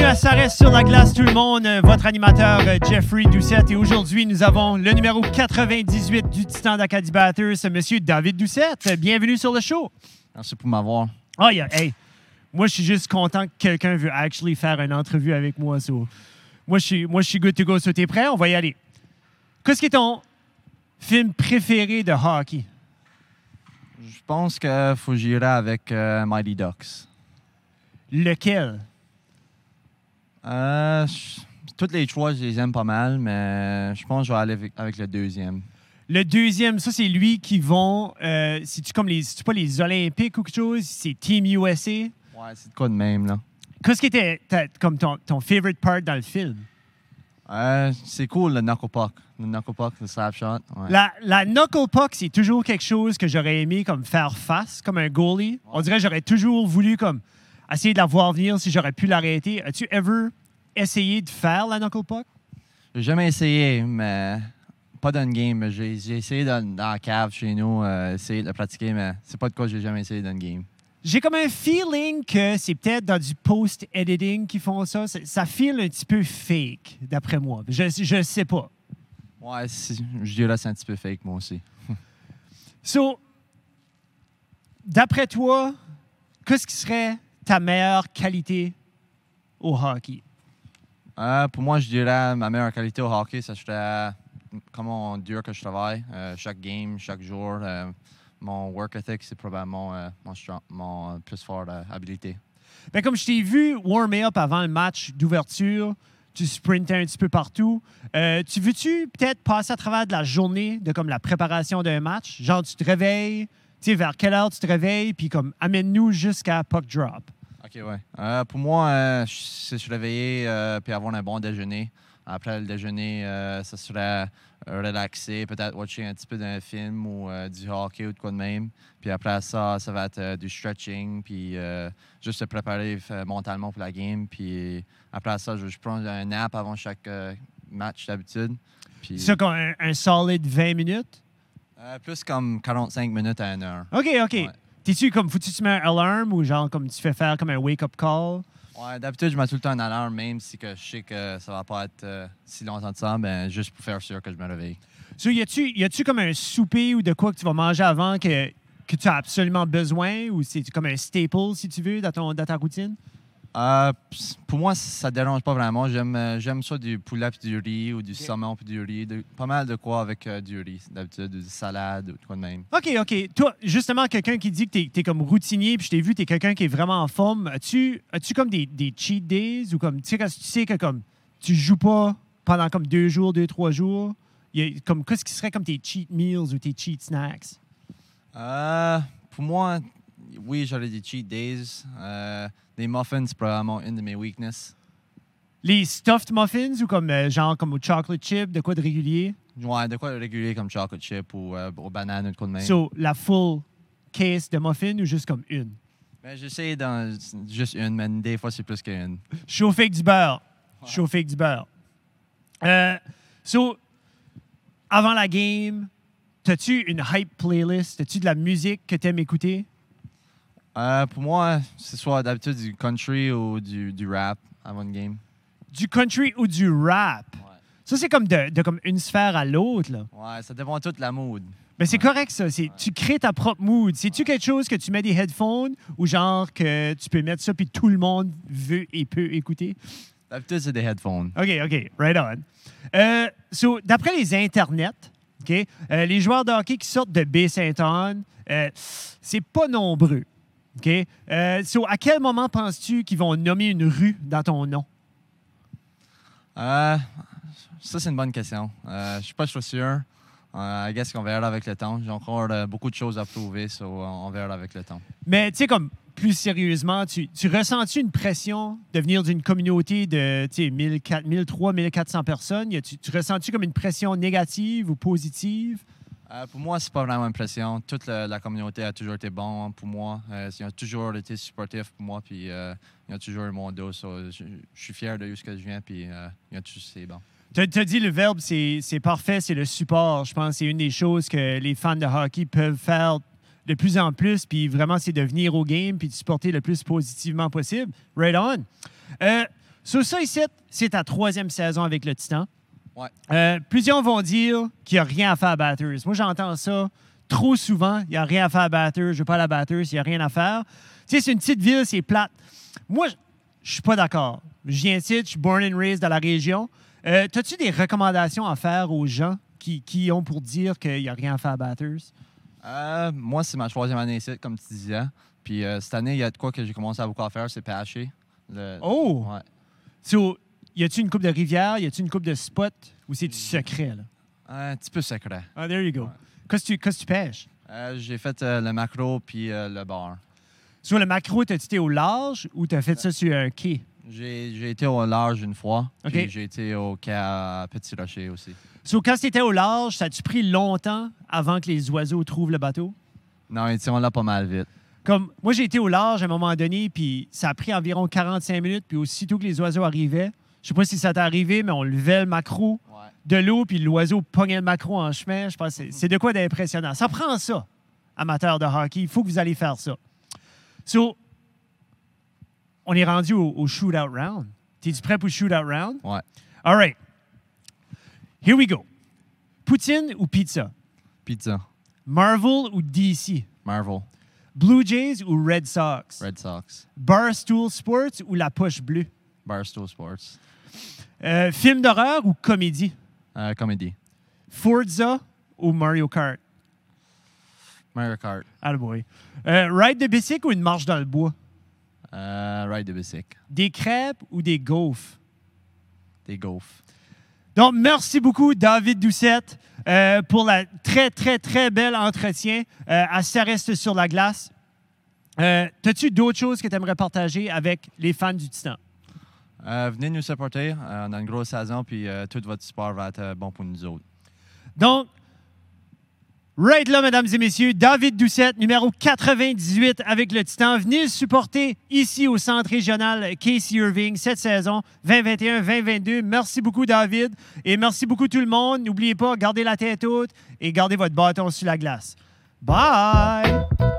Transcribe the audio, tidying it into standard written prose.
à Ça reste sur la glace, tout le monde. Votre animateur Jeffrey Doucette. Et aujourd'hui, nous avons le numéro 98 du Titan d'Acadie Batters, Monsieur David Doucette. Bienvenue sur le show. Merci pour m'avoir. Oh, yeah. Hey, moi, je suis juste content que quelqu'un veut actually faire une entrevue avec moi. So. Moi, je suis good to go. So, t'es prêt? On va y aller. Qu'est-ce qui est ton film préféré de hockey? Je pense qu'il faut gérer avec Mighty Ducks. Lequel? Toutes les trois, je les aime pas mal, mais je pense que je vais aller avec le deuxième. Le deuxième, ça, c'est lui qui vont... c'est-tu comme c'est pas les Olympiques ou quelque chose? C'est Team USA? Ouais, c'est de quoi de même, là. Qu'est-ce qui était comme ton favorite part dans le film? C'est cool, le knuckle puck. Le knuckle puck, le slap shot. Ouais. La knuckle puck, c'est toujours quelque chose que j'aurais aimé comme faire face, comme un goalie. Ouais. On dirait que j'aurais toujours voulu comme essayer de la voir venir si j'aurais pu l'arrêter. As-tu ever essayé de faire la knuckle puck? J'ai jamais essayé, mais pas dans une game. J'ai essayé dans la cave chez nous, essayer de la pratiquer, mais c'est pas de quoi j'ai jamais essayé dans une game. J'ai comme un feeling que c'est peut-être dans du post-editing qu'ils font ça. Ça feel un petit peu fake, d'après moi. Je sais pas. Ouais, je dirais que c'est un petit peu fake, moi aussi. So, d'après toi, qu'est-ce qui serait ta meilleure qualité au hockey? Pour moi, je dirais ma meilleure qualité au hockey, ça serait comment dur que je travaille. Chaque game, chaque jour. Mon work ethic, c'est probablement mon plus forte habilité. Bien, comme je t'ai vu warmer up avant le match d'ouverture, tu sprintais un petit peu partout. Tu veux-tu peut-être passer à travers de la journée de comme la préparation d'un match? Genre, tu te réveilles, tu sais, vers quelle heure tu te réveilles, puis comme amène-nous jusqu'à puck drop. OK, ouais. Pour moi, je suis réveillé puis avoir un bon déjeuner. Après le déjeuner, ça serait relaxer, peut-être watcher un petit peu d'un film ou du hockey ou de quoi de même. Puis après ça, ça va être du stretching, puis juste se préparer mentalement pour la game. Puis après ça, je prends un nap avant chaque match d'habitude. Puis, c'est comme un solide 20 minutes? Plus comme 45 minutes à 1 heure. OK. Ouais. T'es-tu comme, faut-tu te mettre un alarme ou genre comme tu fais faire comme un wake-up call? Ouais, d'habitude, je mets tout le temps un alarme, même si que je sais que ça va pas être si longtemps de ça, ben, juste pour faire sûr que je me réveille. So, y a-tu comme un souper ou de quoi que tu vas manger avant que tu as absolument besoin ou c'est comme un staple, si tu veux, dans ta routine? Pour moi, ça ne dérange pas vraiment. J'aime ça du poulet et du riz ou du saumon et du riz. Pas mal de quoi avec du riz, d'habitude, du salade ou quoi de même. OK. Toi, justement, quelqu'un qui dit que tu es comme routinier, puis je t'ai vu, tu es quelqu'un qui est vraiment en forme. As-tu comme des cheat days ou comme, tu sais, quand tu sais que comme tu joues pas pendant comme 2 jours, 3 jours, comme qu'est-ce qui serait comme tes cheat meals ou tes cheat snacks? Pour moi, oui, j'aurais des cheat days. Des muffins, c'est probablement une de mes weaknesses. Les stuffed muffins ou comme genre comme au chocolate chip, de quoi de régulier? Ouais, de quoi de régulier comme chocolate chip ou aux bananes ou de quoi de même. So, la full case de muffins ou juste comme une? Ben, j'essaie dans juste une, mais des fois, c'est plus qu'une. Chauffer avec du beurre. Ouais. Chauffer avec du beurre. So, avant la game, as-tu une hype playlist? As-tu de la musique que tu aimes écouter? Pour moi, c'est soit d'habitude du country ou du rap avant une game. Du country ou du rap? Ouais. Ça, c'est comme de comme une sphère à l'autre, là. Ouais, ça dépend toute la mood. Mais c'est correct, ça. Tu crées ta propre mood. C'est-tu quelque chose que tu mets des headphones ou genre que tu peux mettre ça puis tout le monde veut et peut écouter? D'habitude, c'est des headphones. OK. Right on. So, d'après les internets, OK, les joueurs de hockey qui sortent de Baie-Sainte-Anne, c'est pas nombreux. OK? So, à quel moment penses-tu qu'ils vont nommer une rue dans ton nom? Ça, c'est une bonne question. Je suis pas trop sûr. I guess qu'on verra avec le temps. J'ai encore beaucoup de choses à prouver, so on verra avec le temps. Mais, tu sais, comme plus sérieusement, tu ressens-tu une pression de venir d'une communauté de 1300-1400 personnes? Tu ressens-tu comme une pression négative ou positive? Pour moi, c'est pas vraiment une pression. Toute la communauté a toujours été bon pour moi. Ils ont toujours été supportifs pour moi, puis ils ont toujours eu mon dos. So, je suis fier de où je viens, puis ils ont toujours été bons. Tu as dit le verbe, c'est parfait, c'est le support. Je pense que c'est une des choses que les fans de hockey peuvent faire de plus en plus, puis vraiment, c'est de venir au game puis de supporter le plus positivement possible. Right on. Sur ça, ici, c'est ta 3e saison avec le Titan. Ouais. Plusieurs vont dire qu'il n'y a rien à faire à Bathurst. Moi, j'entends ça trop souvent. Il n'y a rien à faire à Bathurst. Je ne veux pas aller à Bathurst. Il n'y a rien à faire. Tu sais, c'est une petite ville, c'est plate. Moi, je ne suis pas d'accord. Je viens ici, je suis born and raised dans la région. As-tu des recommandations à faire aux gens qui ont pour dire qu'il n'y a rien à faire à Bathurst? Moi, c'est ma 3e année ici, comme tu disais. Puis cette année, il y a de quoi que j'ai commencé à beaucoup à faire, c'est pêcher. Oh! Ouais. So, y a-tu une coupe de rivière? Y a-tu une coupe de spot? Ou c'est du secret, là? Un petit peu secret. Ah, there you go. Ouais. Qu'est-ce que tu pêches? J'ai fait le macro puis le bar. Sur le macro, t'as-tu été au large ou t'as fait ça sur un quai? J'ai été au large une fois. OK. Puis j'ai été au quai à Petit Rocher aussi. So, quand tu étais au large, ça a-tu pris longtemps avant que les oiseaux trouvent le bateau? Non, on l'a pas mal vite. Comme moi, j'ai été au large à un moment donné, puis ça a pris environ 45 minutes, puis aussitôt que les oiseaux arrivaient, je sais pas si ça t'est arrivé, mais on levait le macro de l'eau, puis l'oiseau pognait le macro en chemin. Je pense que c'est de quoi d'impressionnant. Ça prend ça, amateurs de hockey. Il faut que vous allez faire ça. So, on est rendu au shootout round. T'es-tu prêt pour le shootout round? Ouais. All right. Here we go. Poutine ou pizza? Pizza. Marvel ou DC? Marvel. Blue Jays ou Red Sox? Red Sox. Barstool Sports ou La Poche Bleue? Barstool Sports. Film d'horreur ou comédie? Comédie. Forza ou Mario Kart? Mario Kart. Attaboy. Ride de bicycle ou une marche dans le bois? Ride de bicycle. Des crêpes ou des gaufres? Des gaufres. Donc, merci beaucoup, David Doucette, pour la très, très, très belle entretien à Ça reste sur la glace. T'as-tu d'autres choses que tu aimerais partager avec les fans du Titan? Venez nous supporter. On a une grosse saison, puis tout votre support va être bon pour nous autres. Donc, right là, mesdames et messieurs, David Doucette, numéro 98 avec le Titan. Venez le supporter ici au Centre régional Casey Irving cette saison 2021-2022. Merci beaucoup, David. Et merci beaucoup, tout le monde. N'oubliez pas, gardez la tête haute et gardez votre bâton sur la glace. Bye!